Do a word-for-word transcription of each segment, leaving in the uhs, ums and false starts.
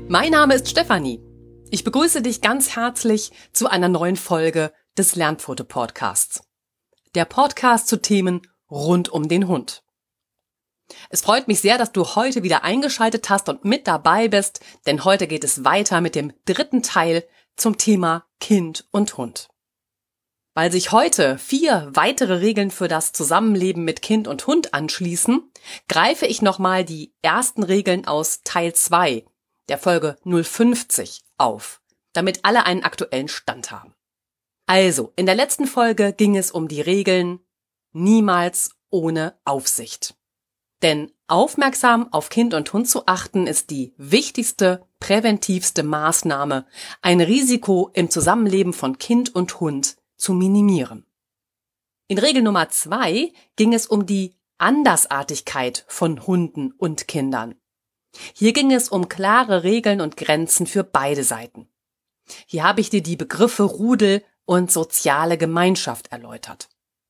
Mein Name ist Stefanie. Ich begrüße dich ganz herzlich zu einer neuen Folge des Lernpfote-Podcasts. Der Podcast zu Themen rund um den Hund. Es freut mich sehr, dass du heute wieder eingeschaltet hast und mit dabei bist, denn heute geht es weiter mit dem dritten Teil zum Thema Kind und Hund. Weil sich heute vier weitere Regeln für das Zusammenleben mit Kind und Hund anschließen, greife ich nochmal die ersten Regeln aus Teil zwei der Folge null fünfzig auf, damit alle einen aktuellen Stand haben. Also, in der letzten Folge ging es um die Regeln niemals ohne Aufsicht. Denn aufmerksam auf Kind und Hund zu achten ist die wichtigste, präventivste Maßnahme, ein Risiko im Zusammenleben von Kind und Hund zu minimieren. In Regel Nummer zwei ging es um die Andersartigkeit von Hunden und Kindern. Hier ging es um klare Regeln und Grenzen für beide Seiten. Hier habe ich dir die Begriffe Rudel und soziale Gemeinschaft erläutert.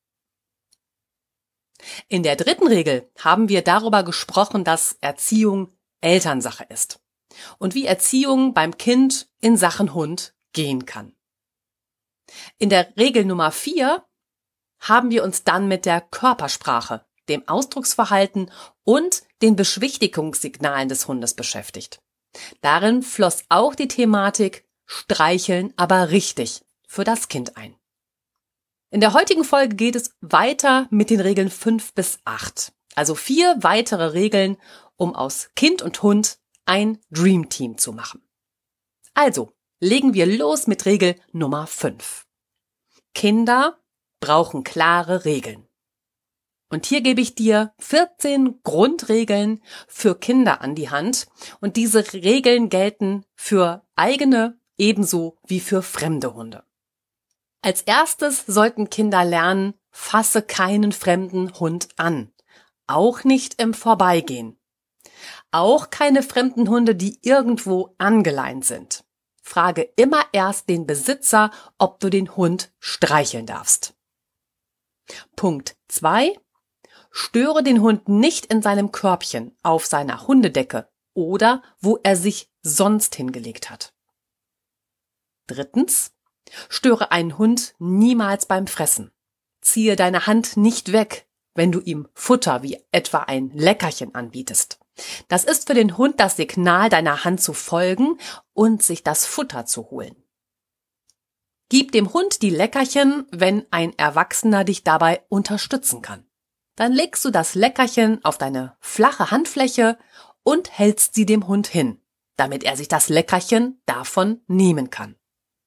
In der dritten Regel haben wir darüber gesprochen, dass Erziehung Elternsache ist und wie Erziehung beim Kind in Sachen Hund gehen kann. In der Regel Nummer vier haben wir uns dann mit der Körpersprache, dem Ausdrucksverhalten und den Beschwichtigungssignalen des Hundes beschäftigt. Darin floss auch die Thematik Streicheln, aber richtig für das Kind ein. In der heutigen Folge geht es weiter mit den Regeln fünf bis acht, also vier weitere Regeln, um aus Kind und Hund ein Dream Team zu machen. Also, legen wir los mit Regel Nummer fünf. Kinder brauchen klare Regeln. Und hier gebe ich dir vierzehn Grundregeln für Kinder an die Hand und diese Regeln gelten für eigene ebenso wie für fremde Hunde. Als erstes sollten Kinder lernen, fasse keinen fremden Hund an, auch nicht im Vorbeigehen. Auch keine fremden Hunde, die irgendwo angeleint sind. Frage immer erst den Besitzer, ob du den Hund streicheln darfst. Punkt zwei. Störe den Hund nicht in seinem Körbchen, auf seiner Hundedecke oder wo er sich sonst hingelegt hat. Drittens. Störe einen Hund niemals beim Fressen. Ziehe deine Hand nicht weg, wenn du ihm Futter wie etwa ein Leckerchen anbietest. Das ist für den Hund das Signal, deiner Hand zu folgen und sich das Futter zu holen. Gib dem Hund die Leckerchen, wenn ein Erwachsener dich dabei unterstützen kann. Dann legst du das Leckerchen auf deine flache Handfläche und hältst sie dem Hund hin, damit er sich das Leckerchen davon nehmen kann.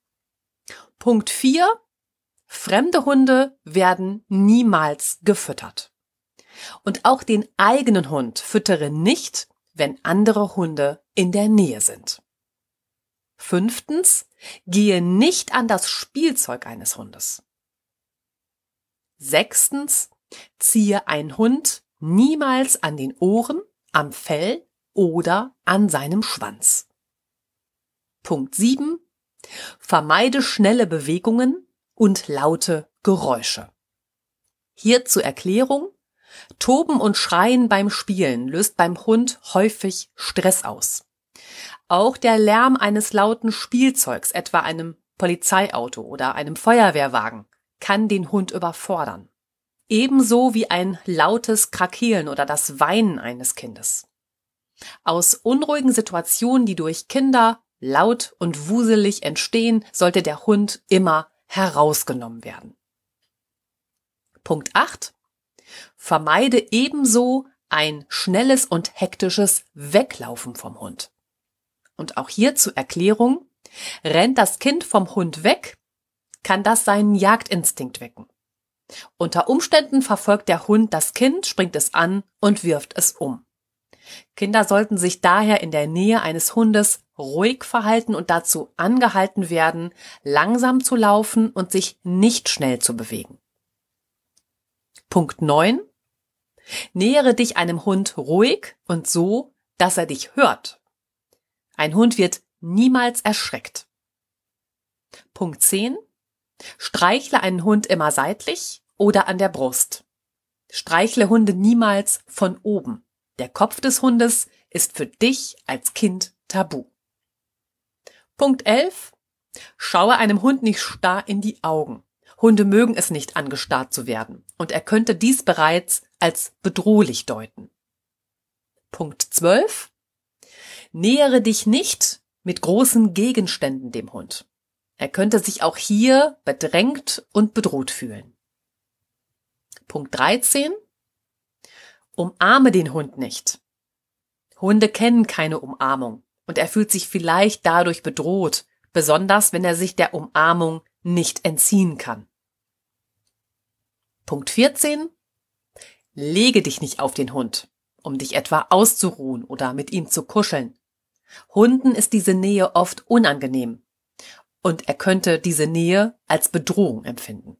Punkt vier. Fremde Hunde werden niemals gefüttert. Und auch den eigenen Hund füttere nicht, wenn andere Hunde in der Nähe sind. Fünftens. Gehe nicht an das Spielzeug eines Hundes. Sechstens. Ziehe einen Hund niemals an den Ohren, am Fell oder an seinem Schwanz. Punkt sieben. Vermeide schnelle Bewegungen und laute Geräusche. Hier zur Erklärung: Toben und Schreien beim Spielen löst beim Hund häufig Stress aus. Auch der Lärm eines lauten Spielzeugs, etwa einem Polizeiauto oder einem Feuerwehrwagen, kann den Hund überfordern. Ebenso wie ein lautes Krakeelen oder das Weinen eines Kindes. Aus unruhigen Situationen, die durch Kinder laut und wuselig entstehen, sollte der Hund immer herausgenommen werden. Punkt acht. Vermeide ebenso ein schnelles und hektisches Weglaufen vom Hund. Und auch hier zur Erklärung: Rennt das Kind vom Hund weg, kann das seinen Jagdinstinkt wecken. Unter Umständen verfolgt der Hund das Kind, springt es an und wirft es um. Kinder sollten sich daher in der Nähe eines Hundes ruhig verhalten und dazu angehalten werden, langsam zu laufen und sich nicht schnell zu bewegen. Punkt neun. Nähere dich einem Hund ruhig und so, dass er dich hört. Ein Hund wird niemals erschreckt. Punkt zehn. Streichle einen Hund immer seitlich oder an der Brust. Streichle Hunde niemals von oben. Der Kopf des Hundes ist für dich als Kind tabu. Punkt elf. Schaue einem Hund nicht starr in die Augen. Hunde mögen es nicht, angestarrt zu werden, und er könnte dies bereits als bedrohlich deuten. Punkt zwölf. Nähere dich nicht mit großen Gegenständen dem Hund. Er könnte sich auch hier bedrängt und bedroht fühlen. Punkt dreizehn. Umarme den Hund nicht. Hunde kennen keine Umarmung und er fühlt sich vielleicht dadurch bedroht, besonders wenn er sich der Umarmung nicht entziehen kann. Punkt vierzehn. Lege dich nicht auf den Hund, um dich etwa auszuruhen oder mit ihm zu kuscheln. Hunden ist diese Nähe oft unangenehm und er könnte diese Nähe als Bedrohung empfinden.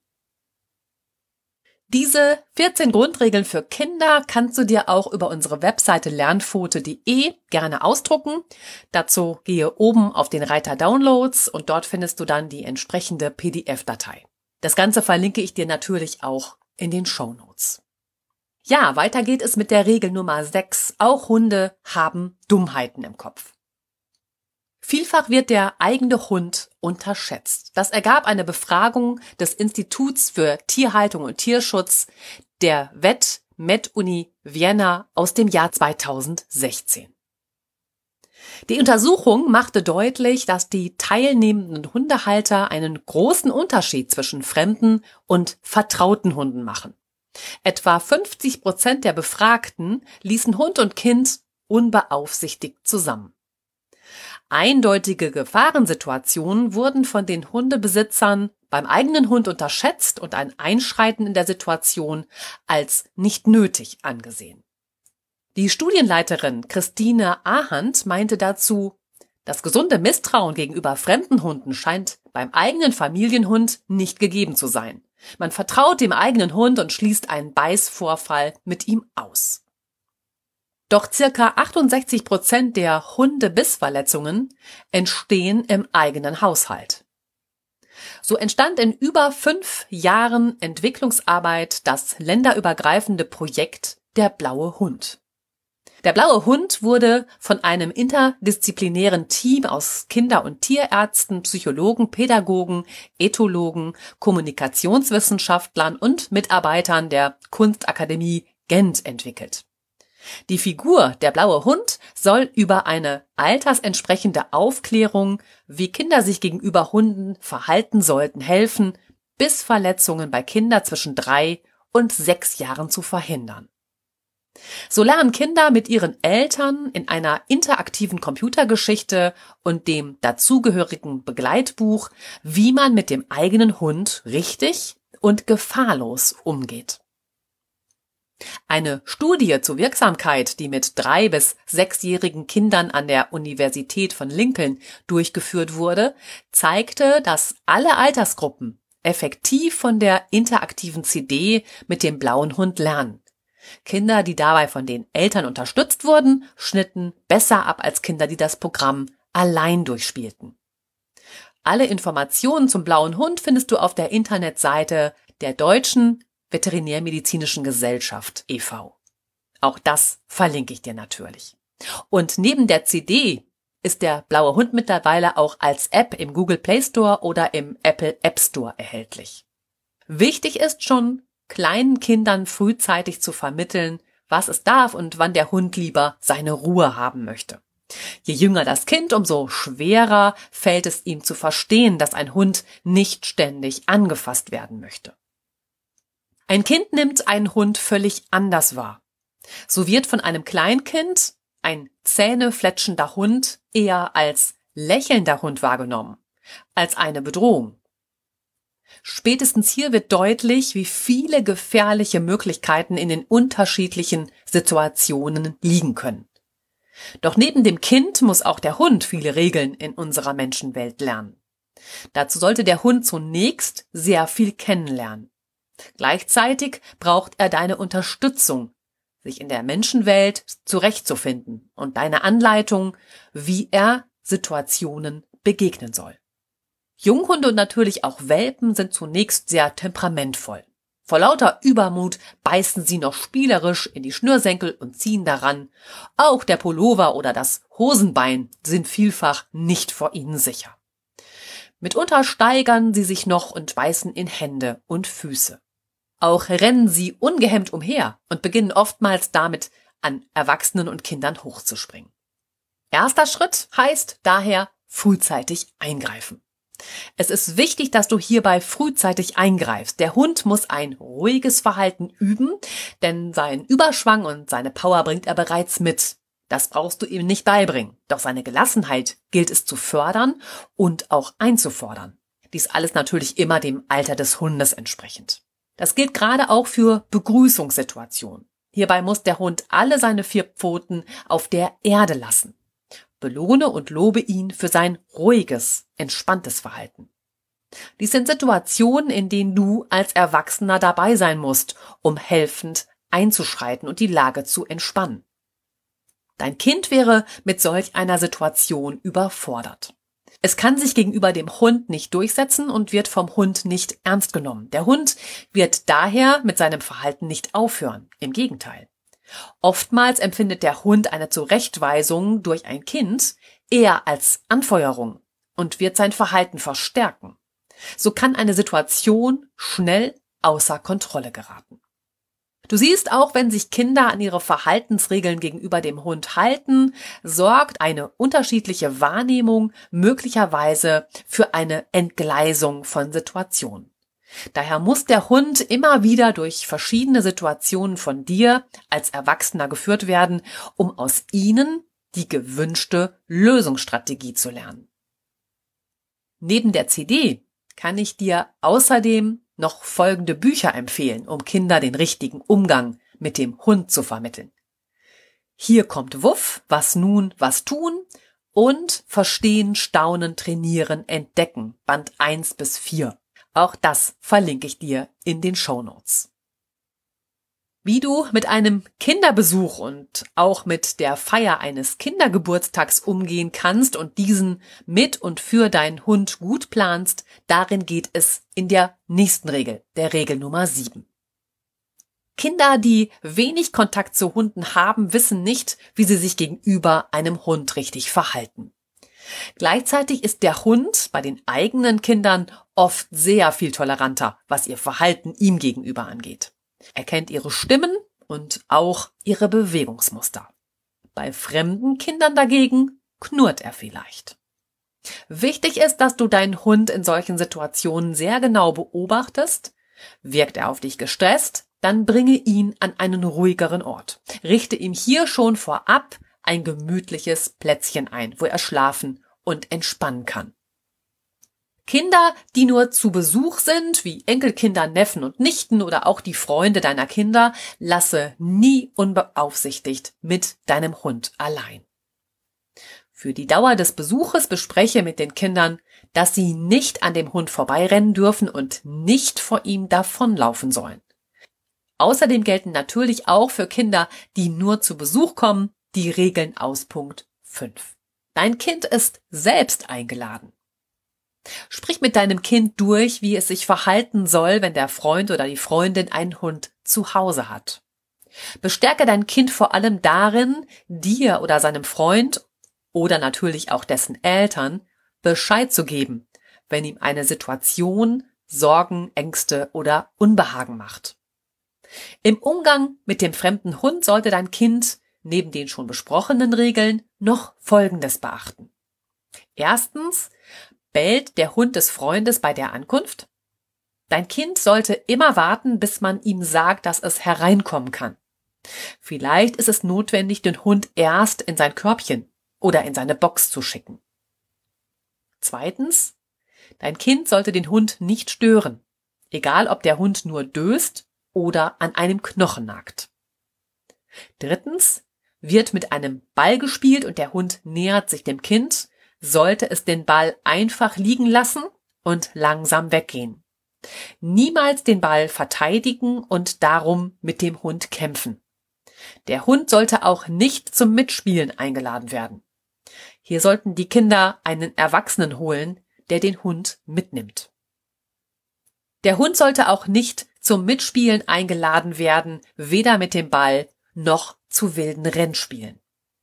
Diese vierzehn Grundregeln für Kinder kannst du dir auch über unsere Webseite lernpfote punkt de gerne ausdrucken. Dazu gehe oben auf den Reiter Downloads und dort findest du dann die entsprechende P D F-Datei. Das Ganze verlinke ich dir natürlich auch in den Shownotes. Ja, weiter geht es mit der Regel Nummer sechs. Auch Hunde haben Dummheiten im Kopf. Vielfach wird der eigene Hund unterschätzt. Das ergab eine Befragung des Instituts für Tierhaltung und Tierschutz der Vet Med Uni Vienna aus dem Jahr zweitausendsechzehn. Die Untersuchung machte deutlich, dass die teilnehmenden Hundehalter einen großen Unterschied zwischen fremden und vertrauten Hunden machen. Etwa fünfzig Prozent der Befragten ließen Hund und Kind unbeaufsichtigt zusammen. Eindeutige Gefahrensituationen wurden von den Hundebesitzern beim eigenen Hund unterschätzt und ein Einschreiten in der Situation als nicht nötig angesehen. Die Studienleiterin Christine Ahand meinte dazu, das gesunde Misstrauen gegenüber fremden Hunden scheint beim eigenen Familienhund nicht gegeben zu sein. Man vertraut dem eigenen Hund und schließt einen Beißvorfall mit ihm aus. Doch circa achtundsechzig Prozent der Hundebissverletzungen entstehen im eigenen Haushalt. So entstand in über fünf Jahren Entwicklungsarbeit das länderübergreifende Projekt Der blaue Hund. Der blaue Hund wurde von einem interdisziplinären Team aus Kinder- und Tierärzten, Psychologen, Pädagogen, Ethologen, Kommunikationswissenschaftlern und Mitarbeitern der Kunstakademie Gent entwickelt. Die Figur der blaue Hund soll über eine altersentsprechende Aufklärung, wie Kinder sich gegenüber Hunden verhalten sollten, helfen, Bissverletzungen bei Kindern zwischen drei und sechs Jahren zu verhindern. So lernen Kinder mit ihren Eltern in einer interaktiven Computergeschichte und dem dazugehörigen Begleitbuch, wie man mit dem eigenen Hund richtig und gefahrlos umgeht. Eine Studie zur Wirksamkeit, die mit drei- bis sechsjährigen Kindern an der Universität von Lincoln durchgeführt wurde, zeigte, dass alle Altersgruppen effektiv von der interaktiven C D mit dem blauen Hund lernen. Kinder, die dabei von den Eltern unterstützt wurden, schnitten besser ab als Kinder, die das Programm allein durchspielten. Alle Informationen zum blauen Hund findest du auf der Internetseite der Deutschen Veterinärmedizinischen Gesellschaft e V Auch das verlinke ich dir natürlich. Und neben der C D ist der blaue Hund mittlerweile auch als App im Google Play Store oder im Apple App Store erhältlich. Wichtig ist schon, kleinen Kindern frühzeitig zu vermitteln, was es darf und wann der Hund lieber seine Ruhe haben möchte. Je jünger das Kind, umso schwerer fällt es ihm zu verstehen, dass ein Hund nicht ständig angefasst werden möchte. Ein Kind nimmt einen Hund völlig anders wahr. So wird von einem Kleinkind ein zähnefletschender Hund eher als lächelnder Hund wahrgenommen, als eine Bedrohung. Spätestens hier wird deutlich, wie viele gefährliche Möglichkeiten in den unterschiedlichen Situationen liegen können. Doch neben dem Kind muss auch der Hund viele Regeln in unserer Menschenwelt lernen. Dazu sollte der Hund zunächst sehr viel kennenlernen. Gleichzeitig braucht er deine Unterstützung, sich in der Menschenwelt zurechtzufinden und deine Anleitung, wie er Situationen begegnen soll. Junghunde und natürlich auch Welpen sind zunächst sehr temperamentvoll. Vor lauter Übermut beißen sie noch spielerisch in die Schnürsenkel und ziehen daran. Auch der Pullover oder das Hosenbein sind vielfach nicht vor ihnen sicher. Mitunter steigern sie sich noch und beißen in Hände und Füße. Auch rennen sie ungehemmt umher und beginnen oftmals damit, an Erwachsenen und Kindern hochzuspringen. Erster Schritt heißt daher frühzeitig eingreifen. Es ist wichtig, dass du hierbei frühzeitig eingreifst. Der Hund muss ein ruhiges Verhalten üben, denn seinen Überschwang und seine Power bringt er bereits mit. Das brauchst du ihm nicht beibringen. Doch seine Gelassenheit gilt es zu fördern und auch einzufordern. Dies alles natürlich immer dem Alter des Hundes entsprechend. Das gilt gerade auch für Begrüßungssituationen. Hierbei muss der Hund alle seine vier Pfoten auf der Erde lassen. Belohne und lobe ihn für sein ruhiges, entspanntes Verhalten. Dies sind Situationen, in denen du als Erwachsener dabei sein musst, um helfend einzuschreiten und die Lage zu entspannen. Dein Kind wäre mit solch einer Situation überfordert. Es kann sich gegenüber dem Hund nicht durchsetzen und wird vom Hund nicht ernst genommen. Der Hund wird daher mit seinem Verhalten nicht aufhören. Im Gegenteil. Oftmals empfindet der Hund eine Zurechtweisung durch ein Kind eher als Anfeuerung und wird sein Verhalten verstärken. So kann eine Situation schnell außer Kontrolle geraten. Du siehst, auch wenn sich Kinder an ihre Verhaltensregeln gegenüber dem Hund halten, sorgt eine unterschiedliche Wahrnehmung möglicherweise für eine Entgleisung von Situationen. Daher muss der Hund immer wieder durch verschiedene Situationen von dir als Erwachsener geführt werden, um aus ihnen die gewünschte Lösungsstrategie zu lernen. Neben der C D kann ich dir außerdem noch folgende Bücher empfehlen, um Kinder den richtigen Umgang mit dem Hund zu vermitteln. Hier kommt Wuff, was nun, was tun und Verstehen, Staunen, Trainieren, Entdecken, Band eins bis vier. Auch das verlinke ich dir in den Shownotes. Wie du mit einem Kinderbesuch und auch mit der Feier eines Kindergeburtstags umgehen kannst und diesen mit und für deinen Hund gut planst, darin geht es in der nächsten Regel, der Regel Nummer sieben. Kinder, die wenig Kontakt zu Hunden haben, wissen nicht, wie sie sich gegenüber einem Hund richtig verhalten. Gleichzeitig ist der Hund bei den eigenen Kindern oft sehr viel toleranter, was ihr Verhalten ihm gegenüber angeht. Er kennt ihre Stimmen und auch ihre Bewegungsmuster. Bei fremden Kindern dagegen knurrt er vielleicht. Wichtig ist, dass du deinen Hund in solchen Situationen sehr genau beobachtest. Wirkt er auf dich gestresst, dann bringe ihn an einen ruhigeren Ort. Richte ihm hier schon vorab ein gemütliches Plätzchen ein, wo er schlafen und entspannen kann. Kinder, die nur zu Besuch sind, wie Enkelkinder, Neffen und Nichten oder auch die Freunde deiner Kinder, lasse nie unbeaufsichtigt mit deinem Hund allein. Für die Dauer des Besuches bespreche mit den Kindern, dass sie nicht an dem Hund vorbeirennen dürfen und nicht vor ihm davonlaufen sollen. Außerdem gelten natürlich auch für Kinder, die nur zu Besuch kommen, die Regeln aus Punkt fünf. Dein Kind ist selbst eingeladen. Sprich mit deinem Kind durch, wie es sich verhalten soll, wenn der Freund oder die Freundin einen Hund zu Hause hat. Bestärke dein Kind vor allem darin, dir oder seinem Freund oder natürlich auch dessen Eltern Bescheid zu geben, wenn ihm eine Situation Sorgen, Ängste oder Unbehagen macht. Im Umgang mit dem fremden Hund sollte dein Kind neben den schon besprochenen Regeln noch Folgendes beachten. Erstens, bellt der Hund des Freundes bei der Ankunft? Dein Kind sollte immer warten, bis man ihm sagt, dass es hereinkommen kann. Vielleicht ist es notwendig, den Hund erst in sein Körbchen oder in seine Box zu schicken. Zweitens, dein Kind sollte den Hund nicht stören, egal ob der Hund nur döst oder an einem Knochen nagt. Drittens, wird mit einem Ball gespielt und der Hund nähert sich dem Kind, sollte es den Ball einfach liegen lassen und langsam weggehen. Niemals den Ball verteidigen und darum mit dem Hund kämpfen. Der Hund sollte auch nicht zum Mitspielen eingeladen werden. Hier sollten die Kinder einen Erwachsenen holen, der den Hund mitnimmt. Der Hund sollte auch nicht zum Mitspielen eingeladen werden, weder mit dem Ball noch zu wilden Rennspielen.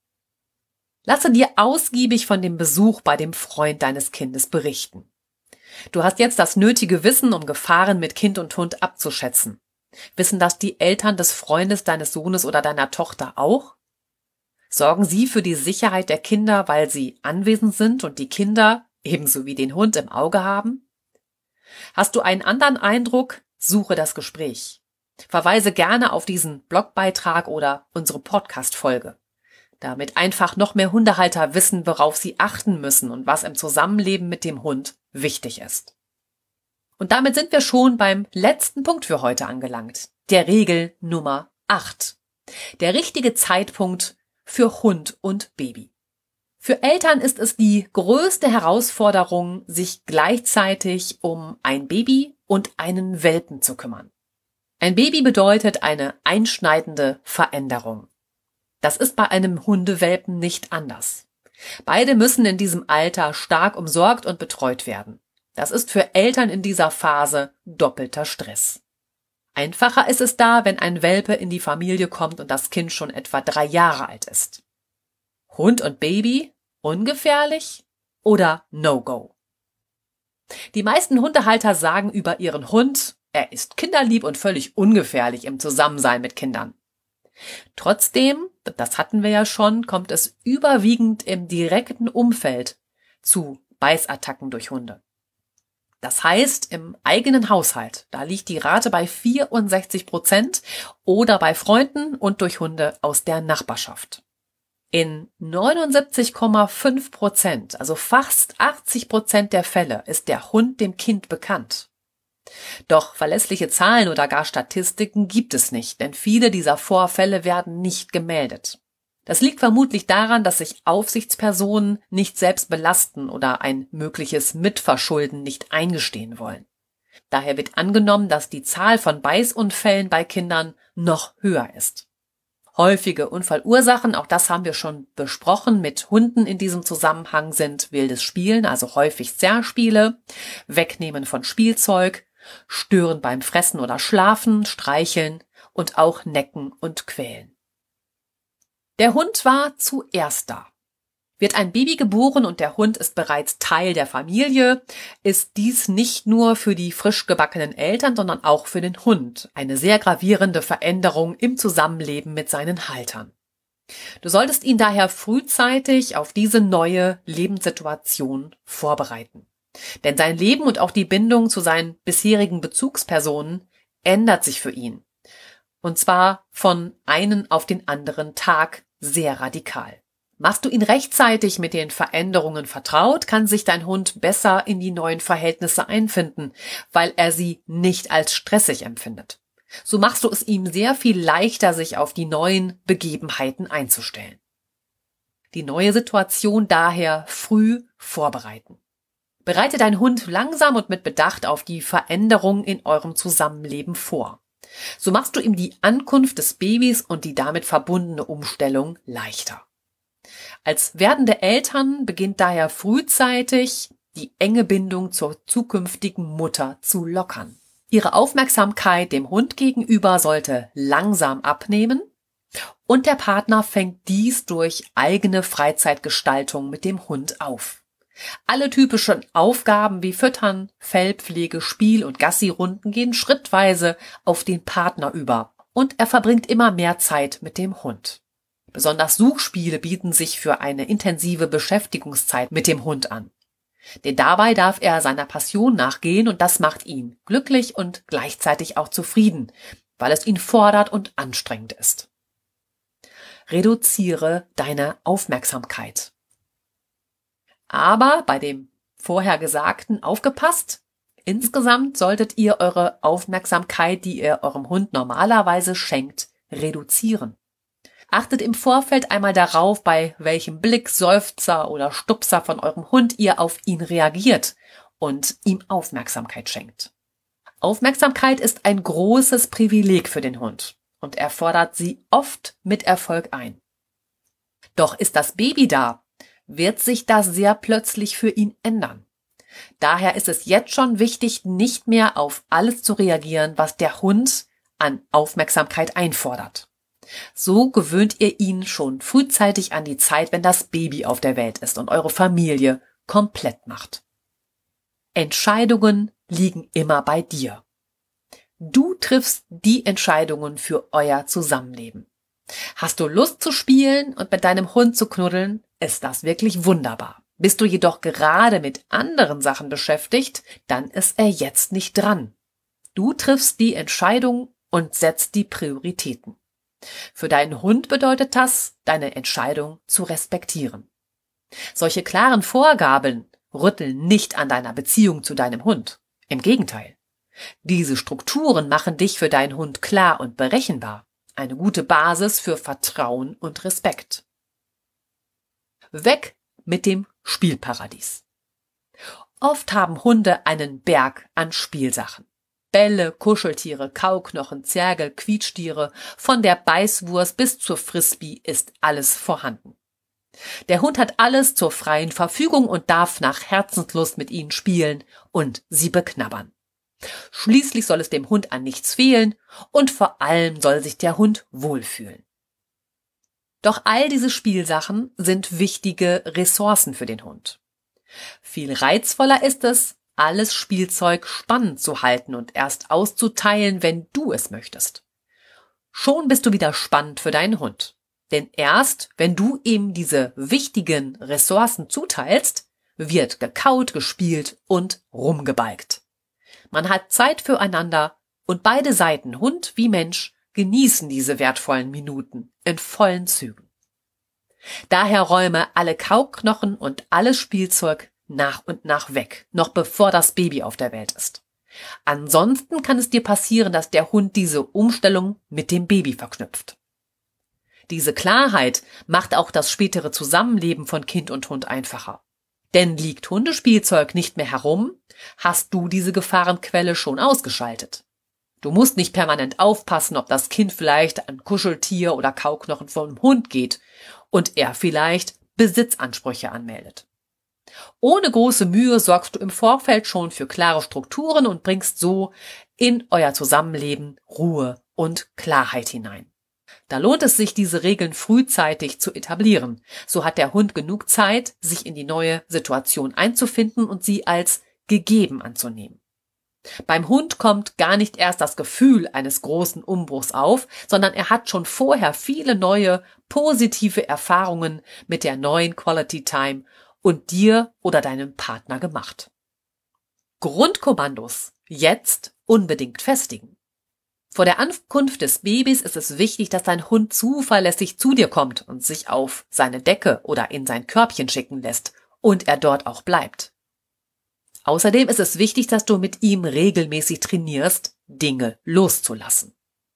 Lasse dir ausgiebig von dem Besuch bei dem Freund deines Kindes berichten. Du hast jetzt das nötige Wissen, um Gefahren mit Kind und Hund abzuschätzen. Wissen das die Eltern des Freundes deines Sohnes oder deiner Tochter auch? Sorgen sie für die Sicherheit der Kinder, weil sie anwesend sind und die Kinder, ebenso wie den Hund, im Auge haben? Hast du einen anderen Eindruck? Suche das Gespräch. Verweise gerne auf diesen Blogbeitrag oder unsere Podcast-Folge, damit einfach noch mehr Hundehalter wissen, worauf sie achten müssen und was im Zusammenleben mit dem Hund wichtig ist. Und damit sind wir schon beim letzten Punkt für heute angelangt, der Regel Nummer acht. Der richtige Zeitpunkt für Hund und Baby. Für Eltern ist es die größte Herausforderung, sich gleichzeitig um ein Baby und einen Welpen zu kümmern. Ein Baby bedeutet eine einschneidende Veränderung. Das ist bei einem Hundewelpen nicht anders. Beide müssen in diesem Alter stark umsorgt und betreut werden. Das ist für Eltern in dieser Phase doppelter Stress. Einfacher ist es da, wenn ein Welpe in die Familie kommt und das Kind schon etwa drei Jahre alt ist. Hund und Baby, ungefährlich oder No-Go? Die meisten Hundehalter sagen über ihren Hund, er ist kinderlieb und völlig ungefährlich im Zusammensein mit Kindern. Trotzdem, das hatten wir ja schon, kommt es überwiegend im direkten Umfeld zu Beißattacken durch Hunde. Das heißt, im eigenen Haushalt, da liegt die Rate bei vierundsechzig Prozent oder bei Freunden und durch Hunde aus der Nachbarschaft. In neunundsiebzig Komma fünf Prozent, also fast achtzig Prozent der Fälle, ist der Hund dem Kind bekannt. Doch verlässliche Zahlen oder gar Statistiken gibt es nicht, denn viele dieser Vorfälle werden nicht gemeldet. Das liegt vermutlich daran, dass sich Aufsichtspersonen nicht selbst belasten oder ein mögliches Mitverschulden nicht eingestehen wollen. Daher wird angenommen, dass die Zahl von Beißunfällen bei Kindern noch höher ist. Häufige Unfallursachen, auch das haben wir schon besprochen, mit Hunden in diesem Zusammenhang sind wildes Spielen, also häufig Zerrspiele, Wegnehmen von Spielzeug, Stören beim Fressen oder Schlafen, Streicheln und auch Necken und Quälen. Der Hund war zuerst da. Wird ein Baby geboren und der Hund ist bereits Teil der Familie, ist dies nicht nur für die frisch gebackenen Eltern, sondern auch für den Hund eine sehr gravierende Veränderung im Zusammenleben mit seinen Haltern. Du solltest ihn daher frühzeitig auf diese neue Lebenssituation vorbereiten. Denn sein Leben und auch die Bindung zu seinen bisherigen Bezugspersonen ändert sich für ihn. Und zwar von einem auf den anderen Tag sehr radikal. Machst du ihn rechtzeitig mit den Veränderungen vertraut, kann sich dein Hund besser in die neuen Verhältnisse einfinden, weil er sie nicht als stressig empfindet. So machst du es ihm sehr viel leichter, sich auf die neuen Begebenheiten einzustellen. Die neue Situation daher früh vorbereiten. Bereite deinen Hund langsam und mit Bedacht auf die Veränderungen in eurem Zusammenleben vor. So machst du ihm die Ankunft des Babys und die damit verbundene Umstellung leichter. Als werdende Eltern beginnt daher frühzeitig die enge Bindung zur zukünftigen Mutter zu lockern. Ihre Aufmerksamkeit dem Hund gegenüber sollte langsam abnehmen und der Partner fängt dies durch eigene Freizeitgestaltung mit dem Hund auf. Alle typischen Aufgaben wie Füttern, Fellpflege, Spiel- und Gassi-Runden gehen schrittweise auf den Partner über und er verbringt immer mehr Zeit mit dem Hund. Besonders Suchspiele bieten sich für eine intensive Beschäftigungszeit mit dem Hund an. Denn dabei darf er seiner Passion nachgehen und das macht ihn glücklich und gleichzeitig auch zufrieden, weil es ihn fordert und anstrengend ist. Reduziere deine Aufmerksamkeit. Aber bei dem vorher Gesagten aufgepasst, insgesamt solltet ihr eure Aufmerksamkeit, die ihr eurem Hund normalerweise schenkt, reduzieren. Achtet im Vorfeld einmal darauf, bei welchem Blick, Seufzer oder Stupser von eurem Hund ihr auf ihn reagiert und ihm Aufmerksamkeit schenkt. Aufmerksamkeit ist ein großes Privileg für den Hund und er fordert sie oft mit Erfolg ein. Doch ist das Baby da, wird sich das sehr plötzlich für ihn ändern. Daher ist es jetzt schon wichtig, nicht mehr auf alles zu reagieren, was der Hund an Aufmerksamkeit einfordert. So gewöhnt ihr ihn schon frühzeitig an die Zeit, wenn das Baby auf der Welt ist und eure Familie komplett macht. Entscheidungen liegen immer bei dir. Du triffst die Entscheidungen für euer Zusammenleben. Hast du Lust zu spielen und mit deinem Hund zu knuddeln, ist das wirklich wunderbar. Bist du jedoch gerade mit anderen Sachen beschäftigt, dann ist er jetzt nicht dran. Du triffst die Entscheidung und setzt die Prioritäten. Für deinen Hund bedeutet das, deine Entscheidung zu respektieren. Solche klaren Vorgaben rütteln nicht an deiner Beziehung zu deinem Hund. Im Gegenteil. Diese Strukturen machen dich für deinen Hund klar und berechenbar. Eine gute Basis für Vertrauen und Respekt. Weg mit dem Spielparadies. Oft haben Hunde einen Berg an Spielsachen. Bälle, Kuscheltiere, Kauknochen, Zergel, Quietschtiere, von der Beißwurst bis zur Frisbee ist alles vorhanden. Der Hund hat alles zur freien Verfügung und darf nach Herzenslust mit ihnen spielen und sie beknabbern. Schließlich soll es dem Hund an nichts fehlen und vor allem soll sich der Hund wohlfühlen. Doch all diese Spielsachen sind wichtige Ressourcen für den Hund. Viel reizvoller ist es, alles Spielzeug spannend zu halten und erst auszuteilen, wenn du es möchtest. Schon bist du wieder spannend für deinen Hund. Denn erst, wenn du ihm diese wichtigen Ressourcen zuteilst, wird gekaut, gespielt und rumgebalgt. Man hat Zeit füreinander und beide Seiten, Hund wie Mensch, genießen diese wertvollen Minuten in vollen Zügen. Daher räume alle Kauknochen und alles Spielzeug nach und nach weg, noch bevor das Baby auf der Welt ist. Ansonsten kann es dir passieren, dass der Hund diese Umstellung mit dem Baby verknüpft. Diese Klarheit macht auch das spätere Zusammenleben von Kind und Hund einfacher. Denn liegt Hundespielzeug nicht mehr herum, hast du diese Gefahrenquelle schon ausgeschaltet. Du musst nicht permanent aufpassen, ob das Kind vielleicht an Kuscheltier oder Kauknochen vom Hund geht und er vielleicht Besitzansprüche anmeldet. Ohne große Mühe sorgst du im Vorfeld schon für klare Strukturen und bringst so in euer Zusammenleben Ruhe und Klarheit hinein. Da lohnt es sich, diese Regeln frühzeitig zu etablieren. So hat der Hund genug Zeit, sich in die neue Situation einzufinden und sie als gegeben anzunehmen. Beim Hund kommt gar nicht erst das Gefühl eines großen Umbruchs auf, sondern er hat schon vorher viele neue, positive Erfahrungen mit der neuen Quality Time und dir oder deinem Partner gemacht. Grundkommandos jetzt unbedingt festigen. Vor der Ankunft des Babys ist es wichtig, dass dein Hund zuverlässig zu dir kommt und sich auf seine Decke oder in sein Körbchen schicken lässt und er dort auch bleibt. Außerdem ist es wichtig, dass du mit ihm regelmäßig trainierst, Dinge loszulassen.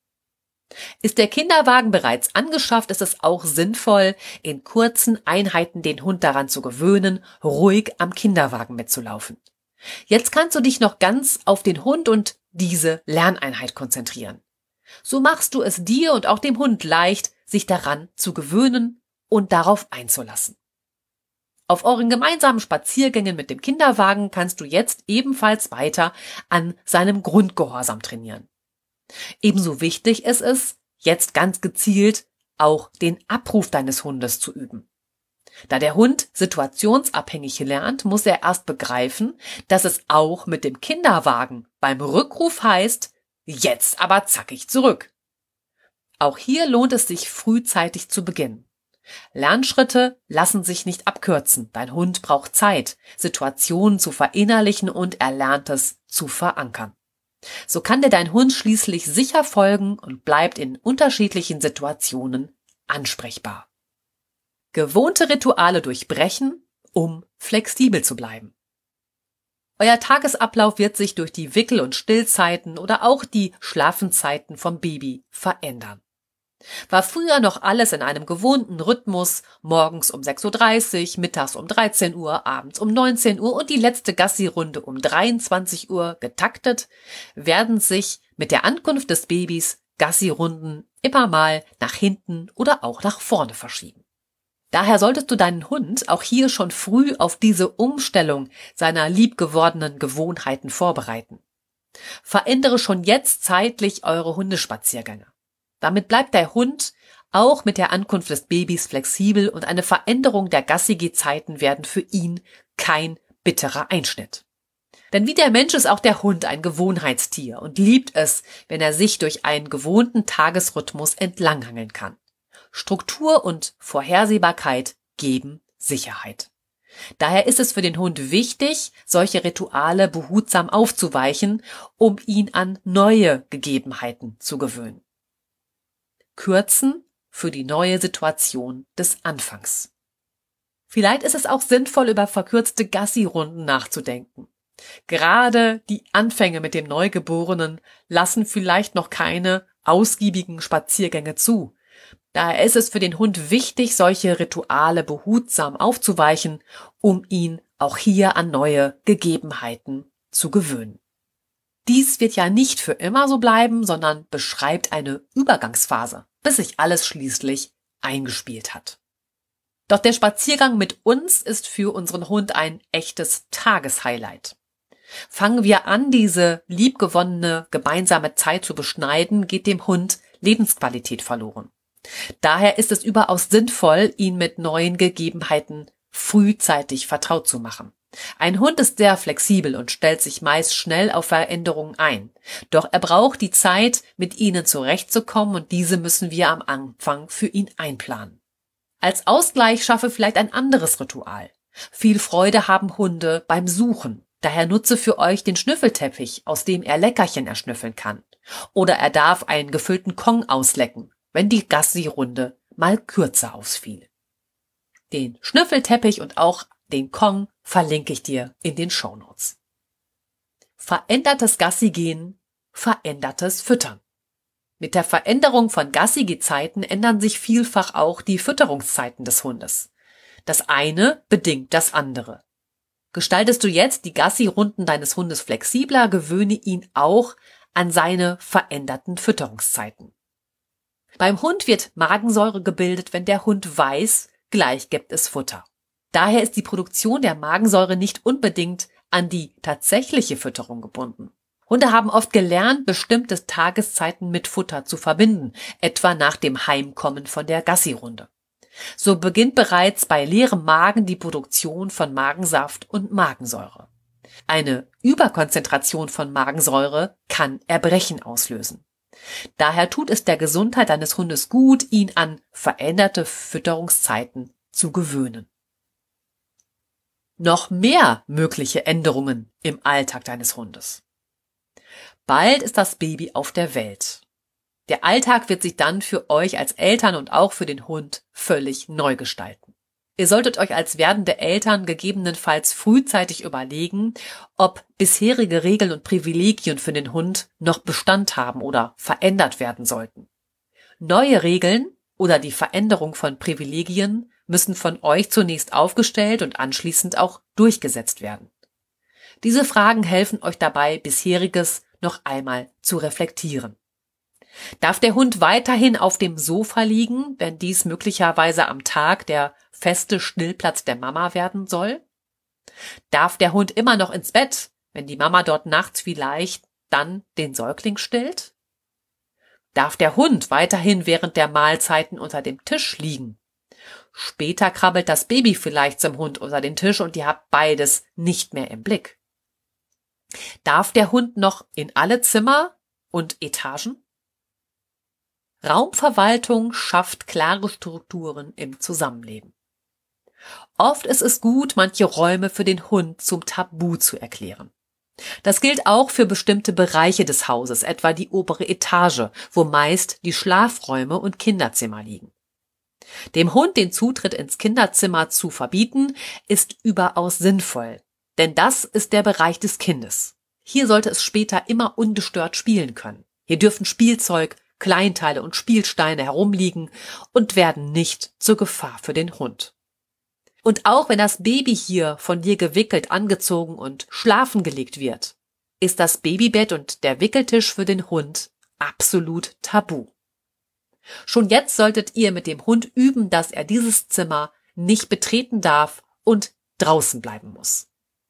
Ist der Kinderwagen bereits angeschafft, ist es auch sinnvoll, in kurzen Einheiten den Hund daran zu gewöhnen, ruhig am Kinderwagen mitzulaufen. Jetzt kannst du dich noch ganz auf den Hund und diese Lerneinheit konzentrieren. So machst du es dir und auch dem Hund leicht, sich daran zu gewöhnen und darauf einzulassen. Auf euren gemeinsamen Spaziergängen mit dem Kinderwagen kannst du jetzt ebenfalls weiter an seinem Grundgehorsam trainieren. Ebenso wichtig ist es, jetzt ganz gezielt auch den Abruf deines Hundes zu üben. Da der Hund situationsabhängig lernt, muss er erst begreifen, dass es auch mit dem Kinderwagen beim Rückruf heißt, jetzt aber zackig zurück. Auch hier lohnt es sich frühzeitig zu beginnen. Lernschritte lassen sich nicht abkürzen. Dein Hund braucht Zeit, Situationen zu verinnerlichen und Erlerntes zu verankern. So kann dir dein Hund schließlich sicher folgen und bleibt in unterschiedlichen Situationen ansprechbar. Gewohnte Rituale durchbrechen, um flexibel zu bleiben. Euer Tagesablauf wird sich durch die Wickel- und Stillzeiten oder auch die Schlafenzeiten vom Baby verändern. War früher noch alles in einem gewohnten Rhythmus, morgens um sechs Uhr dreißig, mittags um dreizehn Uhr, abends um neunzehn Uhr und die letzte Gassi-Runde um dreiundzwanzig Uhr getaktet, werden sich mit der Ankunft des Babys Gassi-Runden immer mal nach hinten oder auch nach vorne verschieben. Daher solltest du deinen Hund auch hier schon früh auf diese Umstellung seiner liebgewordenen Gewohnheiten vorbereiten. Verändere schon jetzt zeitlich eure Hundespaziergänge. Damit bleibt der Hund auch mit der Ankunft des Babys flexibel und eine Veränderung der Gassi-Geh-Zeiten werden für ihn kein bitterer Einschnitt. Denn wie der Mensch ist auch der Hund ein Gewohnheitstier und liebt es, wenn er sich durch einen gewohnten Tagesrhythmus entlanghangeln kann. Struktur und Vorhersehbarkeit geben Sicherheit. Daher ist es für den Hund wichtig, solche Rituale behutsam aufzuweichen, um ihn an neue Gegebenheiten zu gewöhnen. Kürzen für die neue Situation des Anfangs. Vielleicht ist es auch sinnvoll, über verkürzte Gassi-Runden nachzudenken. Gerade die Anfänge mit dem Neugeborenen lassen vielleicht noch keine ausgiebigen Spaziergänge zu. Daher ist es für den Hund wichtig, solche Rituale behutsam aufzuweichen, um ihn auch hier an neue Gegebenheiten zu gewöhnen. Dies wird ja nicht für immer so bleiben, sondern beschreibt eine Übergangsphase, bis sich alles schließlich eingespielt hat. Doch der Spaziergang mit uns ist für unseren Hund ein echtes Tageshighlight. Fangen wir an, diese liebgewonnene gemeinsame Zeit zu beschneiden, geht dem Hund Lebensqualität verloren. Daher ist es überaus sinnvoll, ihn mit neuen Gegebenheiten frühzeitig vertraut zu machen. Ein Hund ist sehr flexibel und stellt sich meist schnell auf Veränderungen ein. Doch er braucht die Zeit, mit ihnen zurechtzukommen und diese müssen wir am Anfang für ihn einplanen. Als Ausgleich schaffe vielleicht ein anderes Ritual. Viel Freude haben Hunde beim Suchen. Daher nutze für euch den Schnüffelteppich, aus dem er Leckerchen erschnüffeln kann. Oder er darf einen gefüllten Kong auslecken, wenn die Gassi-Runde mal kürzer ausfiel. Den Schnüffelteppich und auch den Kong verlinke ich dir in den Shownotes. Verändertes Gassi-Gehen, verändertes Füttern. Mit der Veränderung von Gassi-Geh-Zeiten ändern sich vielfach auch die Fütterungszeiten des Hundes. Das eine bedingt das andere. Gestaltest du jetzt die Gassi-Runden deines Hundes flexibler, gewöhne ihn auch an seine veränderten Fütterungszeiten. Beim Hund wird Magensäure gebildet, wenn der Hund weiß, gleich gibt es Futter. Daher ist die Produktion der Magensäure nicht unbedingt an die tatsächliche Fütterung gebunden. Hunde haben oft gelernt, bestimmte Tageszeiten mit Futter zu verbinden, etwa nach dem Heimkommen von der Gassi-Runde. So beginnt bereits bei leerem Magen die Produktion von Magensaft und Magensäure. Eine Überkonzentration von Magensäure kann Erbrechen auslösen. Daher tut es der Gesundheit deines Hundes gut, ihn an veränderte Fütterungszeiten zu gewöhnen. Noch mehr mögliche Änderungen im Alltag deines Hundes. Bald ist das Baby auf der Welt. Der Alltag wird sich dann für euch als Eltern und auch für den Hund völlig neu gestalten. Ihr solltet euch als werdende Eltern gegebenenfalls frühzeitig überlegen, ob bisherige Regeln und Privilegien für den Hund noch Bestand haben oder verändert werden sollten. Neue Regeln oder die Veränderung von Privilegien müssen von euch zunächst aufgestellt und anschließend auch durchgesetzt werden. Diese Fragen helfen euch dabei, bisheriges noch einmal zu reflektieren. Darf der Hund weiterhin auf dem Sofa liegen, wenn dies möglicherweise am Tag der feste Stillplatz der Mama werden soll? Darf der Hund immer noch ins Bett, wenn die Mama dort nachts vielleicht dann den Säugling stillt? Darf der Hund weiterhin während der Mahlzeiten unter dem Tisch liegen? Später krabbelt das Baby vielleicht zum Hund unter den Tisch und ihr habt beides nicht mehr im Blick. Darf der Hund noch in alle Zimmer und Etagen? Raumverwaltung schafft klare Strukturen im Zusammenleben. Oft ist es gut, manche Räume für den Hund zum Tabu zu erklären. Das gilt auch für bestimmte Bereiche des Hauses, etwa die obere Etage, wo meist die Schlafräume und Kinderzimmer liegen. Dem Hund den Zutritt ins Kinderzimmer zu verbieten, ist überaus sinnvoll, denn das ist der Bereich des Kindes. Hier sollte es später immer ungestört spielen können. Hier dürfen Spielzeug, Kleinteile und Spielsteine herumliegen und werden nicht zur Gefahr für den Hund. Und auch wenn das Baby hier von dir gewickelt, angezogen und schlafen gelegt wird, ist das Babybett und der Wickeltisch für den Hund absolut tabu. Schon jetzt solltet ihr mit dem Hund üben, dass er dieses Zimmer nicht betreten darf und draußen bleiben muss.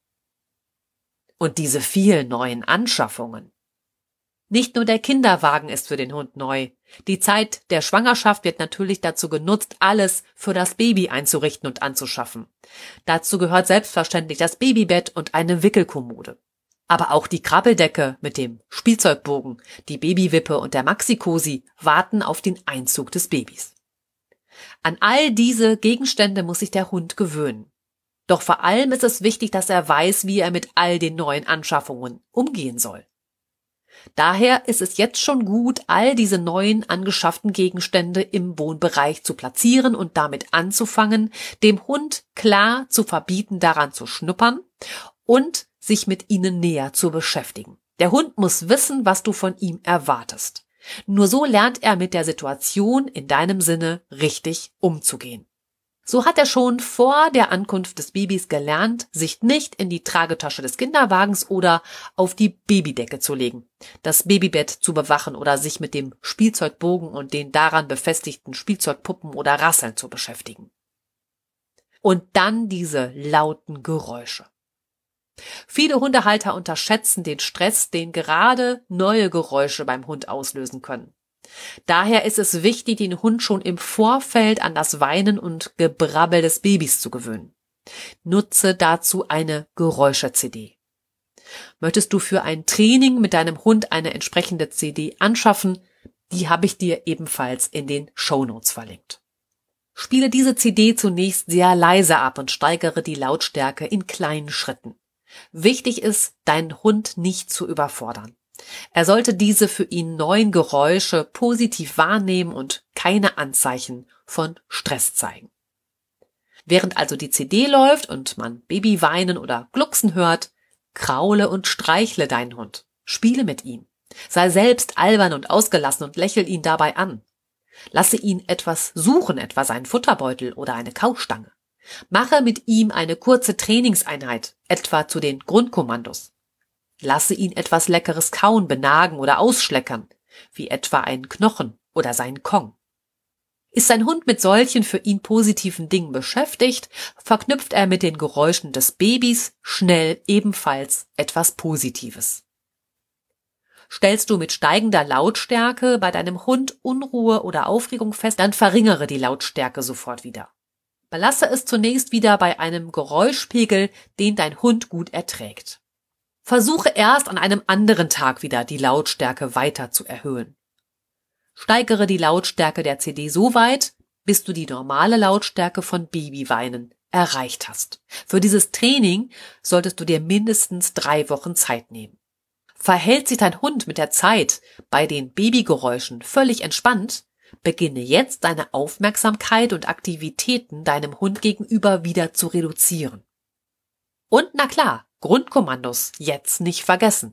Und diese vielen neuen Anschaffungen. Nicht nur der Kinderwagen ist für den Hund neu. Die Zeit der Schwangerschaft wird natürlich dazu genutzt, alles für das Baby einzurichten und anzuschaffen. Dazu gehört selbstverständlich das Babybett und eine Wickelkommode. Aber auch die Krabbeldecke mit dem Spielzeugbogen, die Babywippe und der Maxi-Cosi warten auf den Einzug des Babys. An all diese Gegenstände muss sich der Hund gewöhnen. Doch vor allem ist es wichtig, dass er weiß, wie er mit all den neuen Anschaffungen umgehen soll. Daher ist es jetzt schon gut, all diese neuen angeschafften Gegenstände im Wohnbereich zu platzieren und damit anzufangen, dem Hund klar zu verbieten, daran zu schnuppern und sich mit ihnen näher zu beschäftigen. Der Hund muss wissen, was du von ihm erwartest. Nur so lernt er mit der Situation in deinem Sinne richtig umzugehen. So hat er schon vor der Ankunft des Babys gelernt, sich nicht in die Tragetasche des Kinderwagens oder auf die Babydecke zu legen, das Babybett zu bewachen oder sich mit dem Spielzeugbogen und den daran befestigten Spielzeugpuppen oder Rasseln zu beschäftigen. Und dann diese lauten Geräusche. Viele Hundehalter unterschätzen den Stress, den gerade neue Geräusche beim Hund auslösen können. Daher ist es wichtig, den Hund schon im Vorfeld an das Weinen und Gebrabbel des Babys zu gewöhnen. Nutze dazu eine Geräusche-C D. Möchtest du für ein Training mit deinem Hund eine entsprechende C D anschaffen? Die habe ich dir ebenfalls in den Shownotes verlinkt. Spiele diese C D zunächst sehr leise ab und steigere die Lautstärke in kleinen Schritten. Wichtig ist, deinen Hund nicht zu überfordern. Er sollte diese für ihn neuen Geräusche positiv wahrnehmen und keine Anzeichen von Stress zeigen. Während also die C D läuft und man Baby weinen oder glucksen hört, kraule und streichle deinen Hund. Spiele mit ihm. Sei selbst albern und ausgelassen und lächel ihn dabei an. Lasse ihn etwas suchen, etwa seinen Futterbeutel oder eine Kaustange. Mache mit ihm eine kurze Trainingseinheit, etwa zu den Grundkommandos. Lasse ihn etwas Leckeres kauen, benagen oder ausschleckern, wie etwa einen Knochen oder seinen Kong. Ist sein Hund mit solchen für ihn positiven Dingen beschäftigt, verknüpft er mit den Geräuschen des Babys schnell ebenfalls etwas Positives. Stellst du mit steigender Lautstärke bei deinem Hund Unruhe oder Aufregung fest, dann verringere die Lautstärke sofort wieder. Belasse es zunächst wieder bei einem Geräuschpegel, den dein Hund gut erträgt. Versuche erst an einem anderen Tag wieder die Lautstärke weiter zu erhöhen. Steigere die Lautstärke der C D so weit, bis du die normale Lautstärke von Babyweinen erreicht hast. Für dieses Training solltest du dir mindestens drei Wochen Zeit nehmen. Verhält sich dein Hund mit der Zeit bei den Babygeräuschen völlig entspannt, beginne jetzt deine Aufmerksamkeit und Aktivitäten deinem Hund gegenüber wieder zu reduzieren. Und na klar, Grundkommandos jetzt nicht vergessen.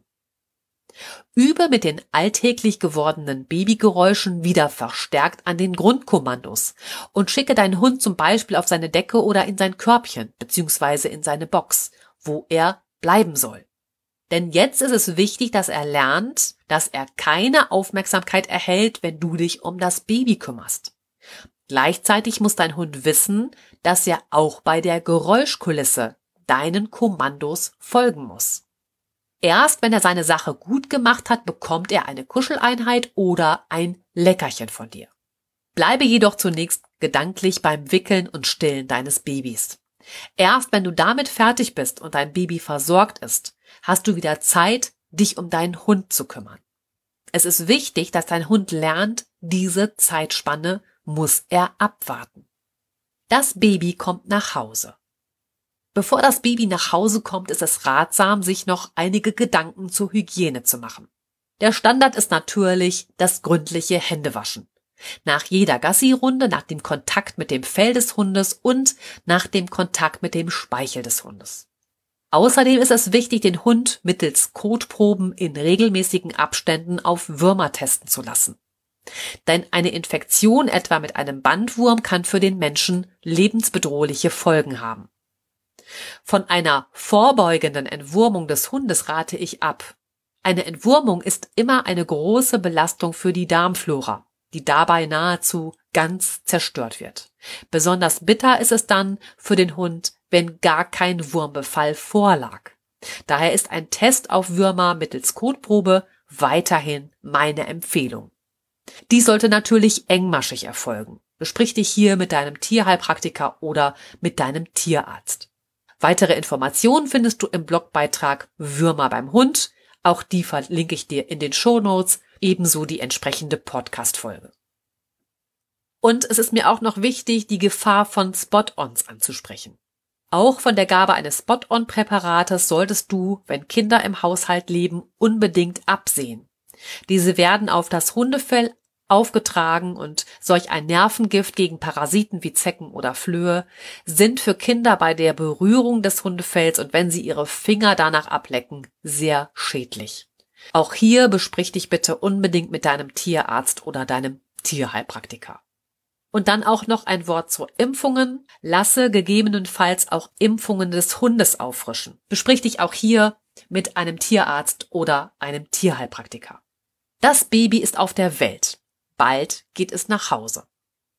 Übe mit den alltäglich gewordenen Babygeräuschen wieder verstärkt an den Grundkommandos und schicke deinen Hund zum Beispiel auf seine Decke oder in sein Körbchen bzw. in seine Box, wo er bleiben soll. Denn jetzt ist es wichtig, dass er lernt, dass er keine Aufmerksamkeit erhält, wenn du dich um das Baby kümmerst. Gleichzeitig muss dein Hund wissen, dass er auch bei der Geräuschkulisse deinen Kommandos folgen muss. Erst wenn er seine Sache gut gemacht hat, bekommt er eine Kuscheleinheit oder ein Leckerchen von dir. Bleibe jedoch zunächst gedanklich beim Wickeln und Stillen deines Babys. Erst wenn du damit fertig bist und dein Baby versorgt ist, hast du wieder Zeit, dich um deinen Hund zu kümmern. Es ist wichtig, dass dein Hund lernt, diese Zeitspanne muss er abwarten. Das Baby kommt nach Hause. Bevor das Baby nach Hause kommt, ist es ratsam, sich noch einige Gedanken zur Hygiene zu machen. Der Standard ist natürlich das gründliche Händewaschen. Nach jeder Gassi-Runde, nach dem Kontakt mit dem Fell des Hundes und nach dem Kontakt mit dem Speichel des Hundes. Außerdem ist es wichtig, den Hund mittels Kotproben in regelmäßigen Abständen auf Würmer testen zu lassen. Denn eine Infektion etwa mit einem Bandwurm kann für den Menschen lebensbedrohliche Folgen haben. Von einer vorbeugenden Entwurmung des Hundes rate ich ab. Eine Entwurmung ist immer eine große Belastung für die Darmflora. die dabei nahezu ganz zerstört wird. Besonders bitter ist es dann für den Hund, wenn gar kein Wurmbefall vorlag. Daher ist ein Test auf Würmer mittels Kotprobe weiterhin meine Empfehlung. Dies sollte natürlich engmaschig erfolgen. Besprich dich hier mit deinem Tierheilpraktiker oder mit deinem Tierarzt. Weitere Informationen findest du im Blogbeitrag Würmer beim Hund. Auch die verlinke ich dir in den Shownotes, ebenso die entsprechende Podcast-Folge. Und es ist mir auch noch wichtig, die Gefahr von Spot-ons anzusprechen. Auch von der Gabe eines Spot-on-Präparates solltest du, wenn Kinder im Haushalt leben, unbedingt absehen. Diese werden auf das Hundefell aufgetragen und solch ein Nervengift gegen Parasiten wie Zecken oder Flöhe sind für Kinder bei der Berührung des Hundefells und wenn sie ihre Finger danach ablecken, sehr schädlich. Auch hier besprich dich bitte unbedingt mit deinem Tierarzt oder deinem Tierheilpraktiker. Und dann auch noch ein Wort zu Impfungen. Lasse gegebenenfalls auch Impfungen des Hundes auffrischen. Besprich dich auch hier mit einem Tierarzt oder einem Tierheilpraktiker. Das Baby ist auf der Welt. Bald geht es nach Hause.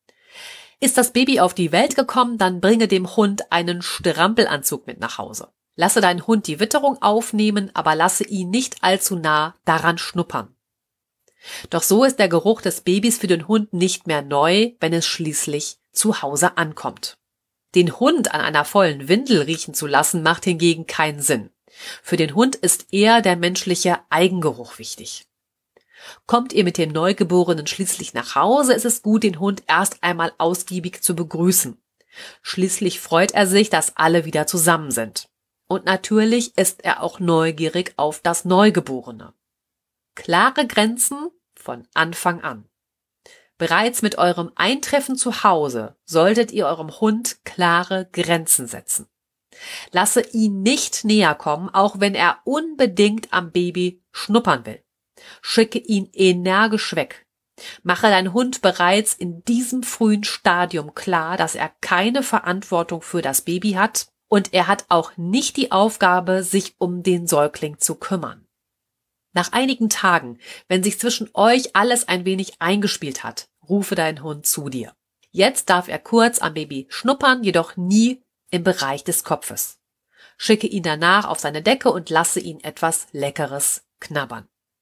Ist das Baby auf die Welt gekommen, dann bringe dem Hund einen Strampelanzug mit nach Hause. Lasse deinen Hund die Witterung aufnehmen, aber lasse ihn nicht allzu nah daran schnuppern. Doch so ist der Geruch des Babys für den Hund nicht mehr neu, wenn es schließlich zu Hause ankommt. Den Hund an einer vollen Windel riechen zu lassen, macht hingegen keinen Sinn. Für den Hund ist eher der menschliche Eigengeruch wichtig. Kommt ihr mit dem Neugeborenen schließlich nach Hause, ist es gut, den Hund erst einmal ausgiebig zu begrüßen. Schließlich freut er sich, dass alle wieder zusammen sind. Und natürlich ist er auch neugierig auf das Neugeborene. Klare Grenzen von Anfang an. Bereits mit eurem Eintreffen zu Hause solltet ihr eurem Hund klare Grenzen setzen. Lasse ihn nicht näher kommen, auch wenn er unbedingt am Baby schnuppern will. Schicke ihn energisch weg. Mache deinen Hund bereits in diesem frühen Stadium klar, dass er keine Verantwortung für das Baby hat und er hat auch nicht die Aufgabe, sich um den Säugling zu kümmern. Nach einigen Tagen, wenn sich zwischen euch alles ein wenig eingespielt hat, rufe deinen Hund zu dir. Jetzt darf er kurz am Baby schnuppern, jedoch nie im Bereich des Kopfes. Schicke ihn danach auf seine Decke und lasse ihn etwas Leckeres knabbern.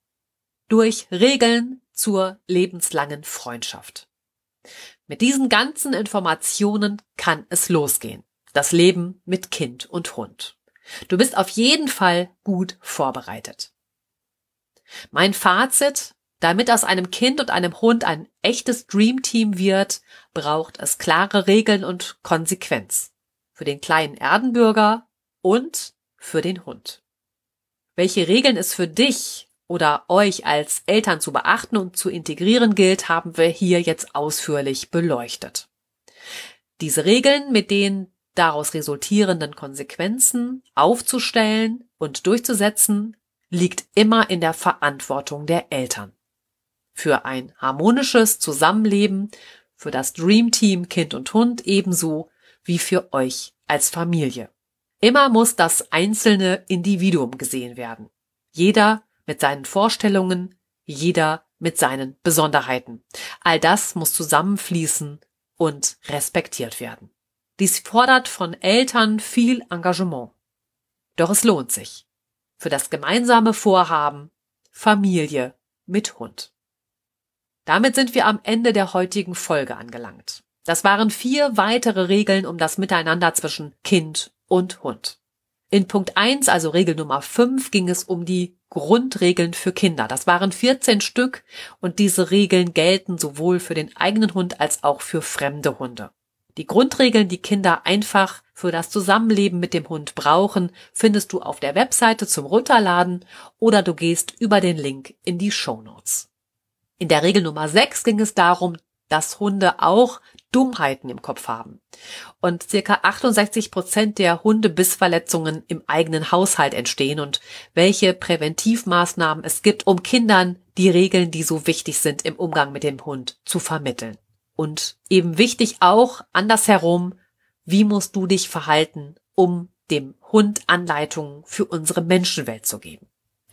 Durch Regeln zur lebenslangen Freundschaft. Mit diesen ganzen Informationen kann es losgehen. Das Leben mit Kind und Hund. Du bist auf jeden Fall gut vorbereitet. Mein Fazit: Damit aus einem Kind und einem Hund ein echtes Dreamteam wird, braucht es klare Regeln und Konsequenz. Für den kleinen Erdenbürger und für den Hund. Welche Regeln es für dich oder euch als Eltern zu beachten und zu integrieren gilt, haben wir hier jetzt ausführlich beleuchtet. Diese Regeln mit den daraus resultierenden Konsequenzen aufzustellen und durchzusetzen, liegt immer in der Verantwortung der Eltern. Für ein harmonisches Zusammenleben, für das Dreamteam Kind und Hund ebenso wie für euch als Familie. Immer muss das einzelne Individuum gesehen werden. Jeder mit seinen Vorstellungen, jeder mit seinen Besonderheiten. All das muss zusammenfließen und respektiert werden. Dies fordert von Eltern viel Engagement. Doch es lohnt sich. Für das gemeinsame Vorhaben Familie mit Hund. Damit sind wir am Ende der heutigen Folge angelangt. Das waren vier weitere Regeln um das Miteinander zwischen Kind und Hund. In Punkt eins, also Regel Nummer fünf, ging es um die Grundregeln für Kinder. Das waren vierzehn Stück und diese Regeln gelten sowohl für den eigenen Hund als auch für fremde Hunde. Die Grundregeln, die Kinder einfach für das Zusammenleben mit dem Hund brauchen, findest du auf der Webseite zum Runterladen oder du gehst über den Link in die Shownotes. In der Regel Nummer sechs ging es darum, dass Hunde auch Dummheiten im Kopf haben. Und circa achtundsechzig Prozent der Hundebissverletzungen im eigenen Haushalt entstehen und welche Präventivmaßnahmen es gibt, um Kindern die Regeln, die so wichtig sind im Umgang mit dem Hund, zu vermitteln. Und eben wichtig auch andersherum, wie musst du dich verhalten, um dem Hund Anleitungen für unsere Menschenwelt zu geben.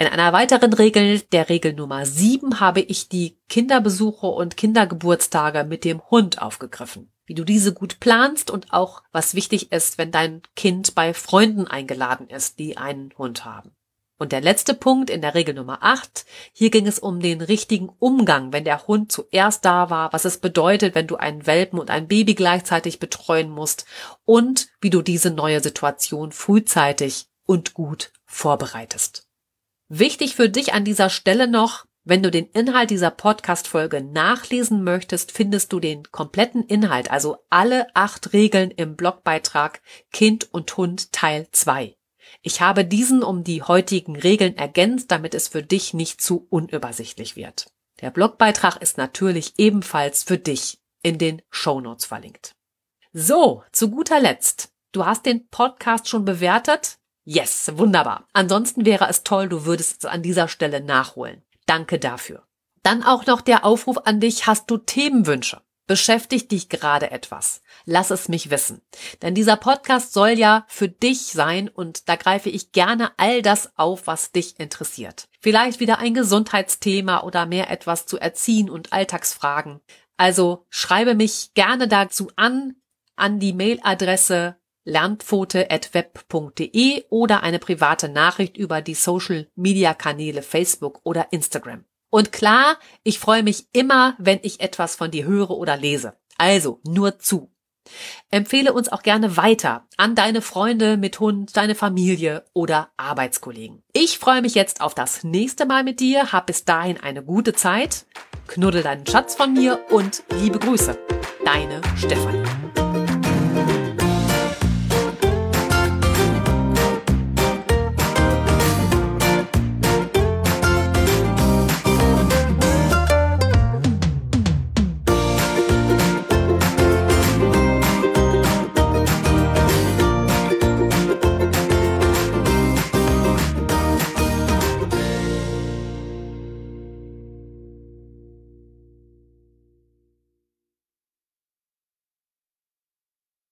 In einer weiteren Regel, der Regel Nummer sieben, habe ich die Kinderbesuche und Kindergeburtstage mit dem Hund aufgegriffen. Wie du diese gut planst und auch, was wichtig ist, wenn dein Kind bei Freunden eingeladen ist, die einen Hund haben. Und der letzte Punkt in der Regel Nummer acht, hier ging es um den richtigen Umgang, wenn der Hund zuerst da war, was es bedeutet, wenn du einen Welpen und ein Baby gleichzeitig betreuen musst und wie du diese neue Situation frühzeitig und gut vorbereitest. Wichtig für dich an dieser Stelle noch, wenn du den Inhalt dieser Podcast-Folge nachlesen möchtest, findest du den kompletten Inhalt, also alle acht Regeln im Blogbeitrag Kind und Hund Teil zwei. Ich habe diesen um die heutigen Regeln ergänzt, damit es für dich nicht zu unübersichtlich wird. Der Blogbeitrag ist natürlich ebenfalls für dich in den Shownotes verlinkt. So, zu guter Letzt. Du hast den Podcast schon bewertet? Yes, wunderbar. Ansonsten wäre es toll, du würdest es an dieser Stelle nachholen. Danke dafür. Dann auch noch der Aufruf an dich, hast du Themenwünsche? Beschäftigt dich gerade etwas? Lass es mich wissen. Denn dieser Podcast soll ja für dich sein und da greife ich gerne all das auf, was dich interessiert. Vielleicht wieder ein Gesundheitsthema oder mehr etwas zu Erziehen und Alltagsfragen. Also schreibe mich gerne dazu an, an die Mailadresse lernpfote at web punkt de oder eine private Nachricht über die Social-Media-Kanäle Facebook oder Instagram. Und klar, ich freue mich immer, wenn ich etwas von dir höre oder lese. Also nur zu. Empfehle uns auch gerne weiter an deine Freunde mit Hund, deine Familie oder Arbeitskollegen. Ich freue mich jetzt auf das nächste Mal mit dir. Hab bis dahin eine gute Zeit. Knuddel deinen Schatz von mir und liebe Grüße. Deine Stefanie.